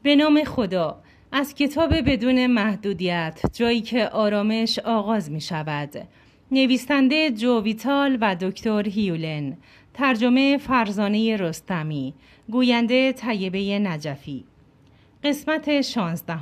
به نام خدا. از کتاب بدون محدودیت، جایی که آرامش آغاز می شود. نویسنده جو ویتال و دکتر هیولن. ترجمه فرزانه رستمی. گوینده طیبه نجفی. قسمت 16.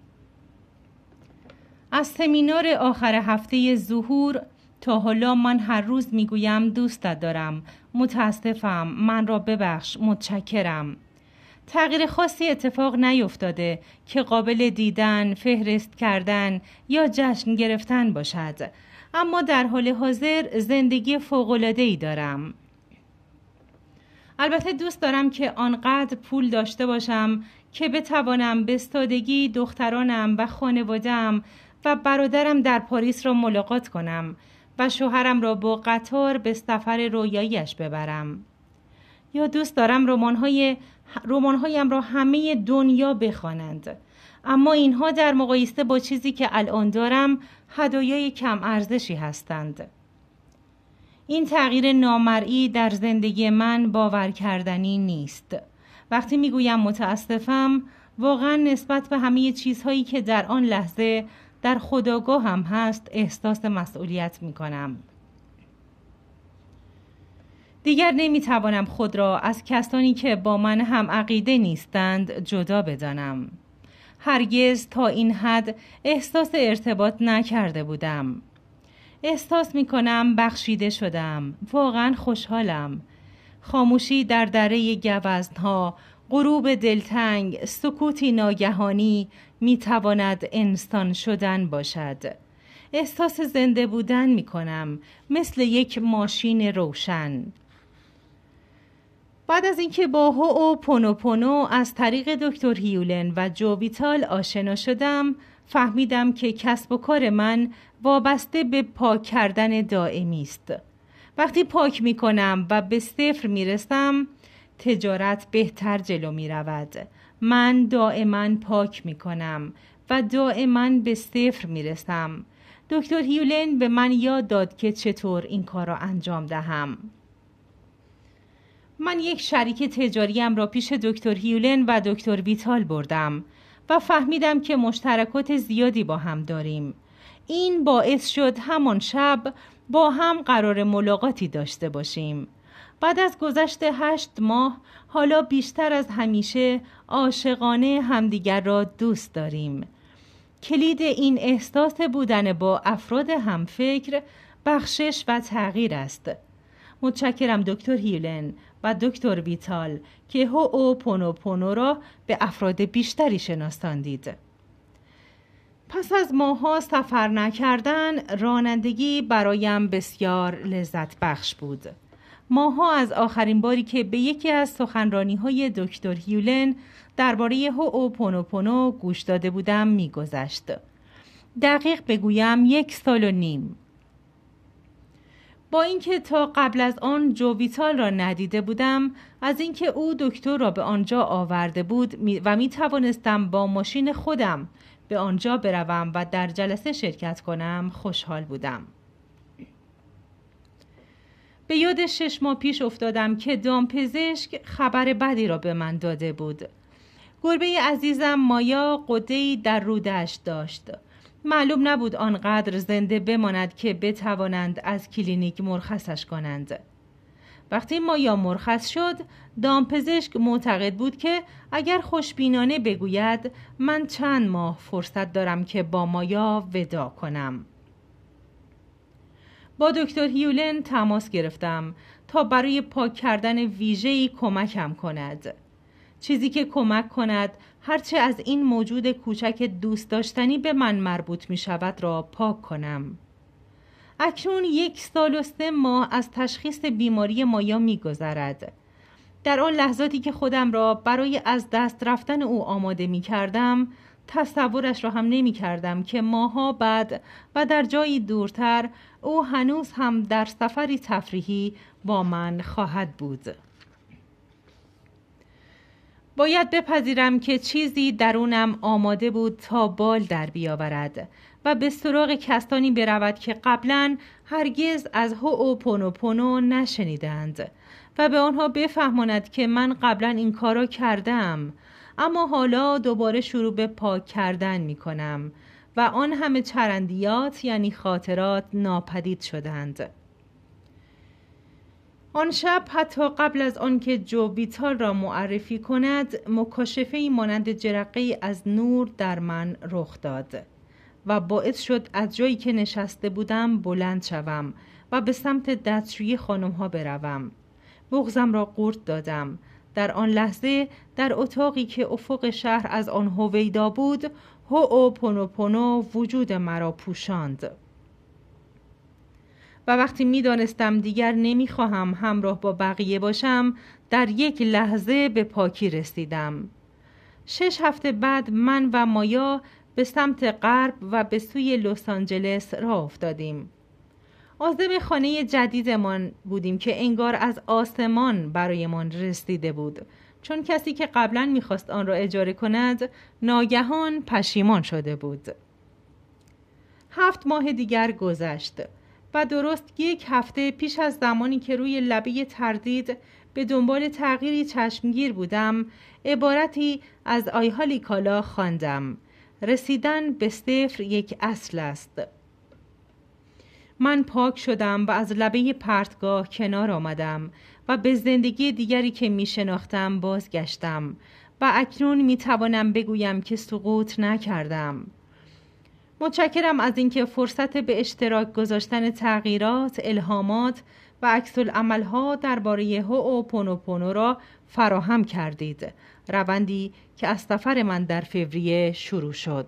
از سمینار آخر هفته ظهور تا حالا من هر روز می گویم دوستت دارم، متاسفم، من را ببخش، متشکرم. تغییر خاصی اتفاق نیفتاده که قابل دیدن، فهرست کردن یا جشن گرفتن باشد، اما در حال حاضر زندگی فوق‌العاده‌ای دارم. البته دوست دارم که آنقدر پول داشته باشم که بتوانم به سادگی دخترانم و خانواده‌ام و برادرم در پاریس را ملاقات کنم و شوهرم را با قطار به سفر رویاییش ببرم. یا دوست دارم رمان‌هایم را همه دنیا بخوانند، اما اینها در مقایسه با چیزی که الان دارم هدایای کم ارزشی هستند. این تغییر نامرئی در زندگی من باور کردنی نیست. وقتی میگویم متاسفم، واقعا نسبت به همه چیزهایی که در آن لحظه در خودآگاهم هست احساس مسئولیت میکنم. دیگر نمیتوانم خود را از کسانی که با من هم عقیده نیستند جدا بدانم. هرگز تا این حد احساس ارتباط نکرده بودم. احساس میکنم بخشیده شدم. واقعا خوشحالم. خاموشی در دره گوزنها، غروب دلتنگ، سکوتی ناگهانی میتواند انسان شدن باشد. احساس زنده بودن میکنم، مثل یک ماشین روشن. بعد از اینکه با هوئوپونوپونو از طریق دکتر هیولن و جو ویتال آشنا شدم، فهمیدم که کسب و کار من وابسته به پاک کردن دائمی است. وقتی پاک می کنم و به صفر می رسم، تجارت بهتر جلو می رود. من دائما پاک می کنم و دائما به صفر می رسم. دکتر هیولن به من یاد داد که چطور این کار را انجام دهم. من یک شریک تجاریم را پیش دکتر هیولن و دکتر ویتال بردم و فهمیدم که مشترکات زیادی با هم داریم. این باعث شد همان شب با هم قرار ملاقاتی داشته باشیم. بعد از گذشت 8 ماه حالا بیشتر از همیشه عاشقانه همدیگر را دوست داریم. کلید این احساس بودن با افراد همفکر بخشش و تغییر است. متشکرم دکتر هیولن و دکتر ویتال که هوئوپونوپونو را به افراد بیشتری شناساندید. پس از ماها سفر نکردن، رانندگی برایم بسیار لذت بخش بود. ماها از آخرین باری که به یکی از سخنرانی‌های دکتر هیولن درباره هوئوپونوپونو گوش داده بودم می‌گذشت. دقیق بگویم 1 سال و نیم. با اینکه تا قبل از آن جو ویتال را ندیده بودم، از اینکه او دکتر را به آنجا آورده بود و می توانستم با ماشین خودم به آنجا بروم و در جلسه شرکت کنم خوشحال بودم. به یاد 6 ماه پیش افتادم که دامپزشک خبر بدی را به من داده بود. گربه عزیزم مایا غده‌ای در روده‌اش داشت. معلوم نبود آنقدر زنده بماند که بتوانند از کلینیک مرخصش کنند. وقتی مایا مرخص شد، دامپزشک معتقد بود که اگر خوشبینانه بگوید من چند ماه فرصت دارم که با مایا وداع کنم. با دکتر هیولن تماس گرفتم تا برای پاک کردن ویژه‌ای کمکم کند. چیزی که کمک کند هرچه از این موجود کوچک دوست داشتنی به من مربوط می شود را پاک کنم. اکنون 1 سال و 3 ماه از تشخیص بیماری مایا می گذرد. در آن لحظاتی که خودم را برای از دست رفتن او آماده می کردم، تصورش را هم نمی کردم که ماها بعد و در جایی دورتر او هنوز هم در سفری تفریحی با من خواهد بود. باید بپذیرم که چیزی درونم آماده بود تا بال در بیاورد و به سراغ کسانی برود که قبلاً هرگز از هوئوپونوپونو نشنیدند و به آنها بفهماند که من قبلاً این کارا کردم، اما حالا دوباره شروع به پاک کردن می کنم و آن همه چرندیات یعنی خاطرات ناپدید شدند. آن شب حتی قبل از آنکه جو ویتال را معرفی کند، مکاشفه‌ای مانند جرقه‌ای از نور در من رخ داد و باعث شد از جایی که نشسته بودم بلند شوم و به سمت دستشویی خانم‌ها بروم. بغضم را قورت دادم. در آن لحظه در اتاقی که افق شهر از آن هویدا بود، هوئوپونوپونو وجود مرا پوشاند. و وقتی می دانستم دیگر نمی خواهم همراه با بقیه باشم، در یک لحظه به پاکی رسیدم. 6 هفته بعد من و مایا به سمت غرب و به سوی لس آنجلس راه افتادیم. عازم خانه جدیدمان بودیم که انگار از آسمان برایمان رسیده بود، چون کسی که قبلا می‌خواست آن را اجاره کند ناگهان پشیمان شده بود. 7 ماه دیگر گذشت و درست 1 هفته پیش از زمانی که روی لبه تردید به دنبال تغییری چشمگیر بودم، عبارتی از آیهالی کالا خواندم: رسیدن به صفر یک اصل است. من پاک شدم و از لبه پرتگاه کنار آمدم و به زندگی دیگری که می شناختم بازگشتم و اکنون می توانم بگویم که سقوط نکردم. متشکرم از اینکه فرصت به اشتراک گذاشتن تغییرات، الهامات و عکس‌العمل‌ها درباره هوئوپونوپونو را فراهم کردید. روندی که از سفر من در فوریه شروع شد.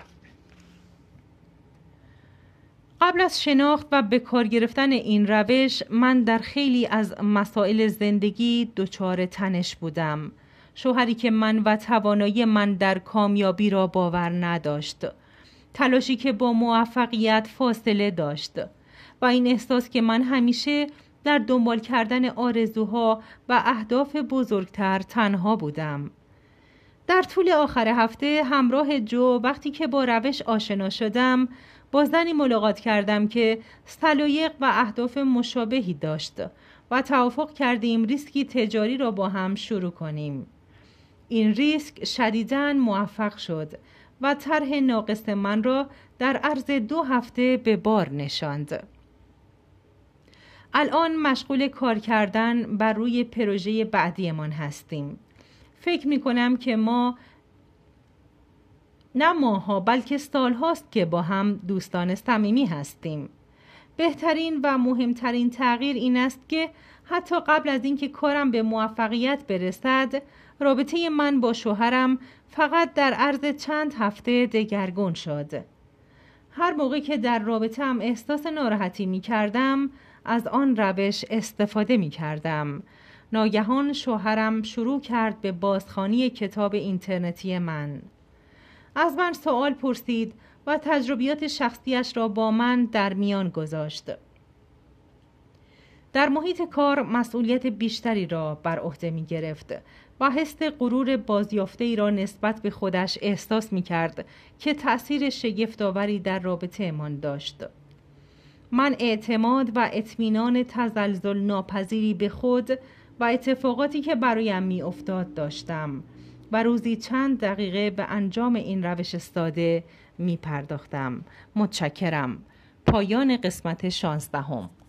قبل از شناخت و به کار گرفتن این روش، من در خیلی از مسائل زندگی دچار تنش بودم. شوهری که من و توانایی من در کامیابی را باور نداشت. تلاشی که با موفقیت فاصله داشت و این احساس که من همیشه در دنبال کردن آرزوها و اهداف بزرگتر تنها بودم. در طول آخر هفته همراه جو وقتی که با روش آشنا شدم، با زنی ملاقات کردم که سلایق و اهداف مشابهی داشت و توافق کردیم ریسکی تجاری را با هم شروع کنیم. این ریسک شدیداً موفق شد و طرح ناقص من را در عرض 2 هفته به بار نشاند. الان مشغول کار کردن بر روی پروژه بعدیمان هستیم. فکر می کنم که نه ماها بلکه سالهاست که با هم دوستان صمیمی هستیم. بهترین و مهمترین تغییر این است که حتی قبل از اینکه کارم به موفقیت برسد، رابطه من با شوهرم فقط در عرض چند هفته دگرگون شد. هر موقع که در رابطه‌ام احساس ناراحتی می کردم، از آن روش استفاده می کردم. ناگهان شوهرم شروع کرد به بازخوانی کتاب اینترنتی من. از من سوال پرسید و تجربیات شخصیش را با من در میان گذاشت. در محیط کار مسئولیت بیشتری را بر عهده می گرفت و حس غرور بازیافته‌ای را نسبت به خودش احساس می کرد که تأثیر شگفت‌آوری در رابطه من داشت. من اعتماد و اطمینان تزلزل ناپذیری به خود و اتفاقاتی که برایم می افتاد داشتم و روزی چند دقیقه به انجام این روش ساده می پرداختم. متشکرم. پایان قسمت 16.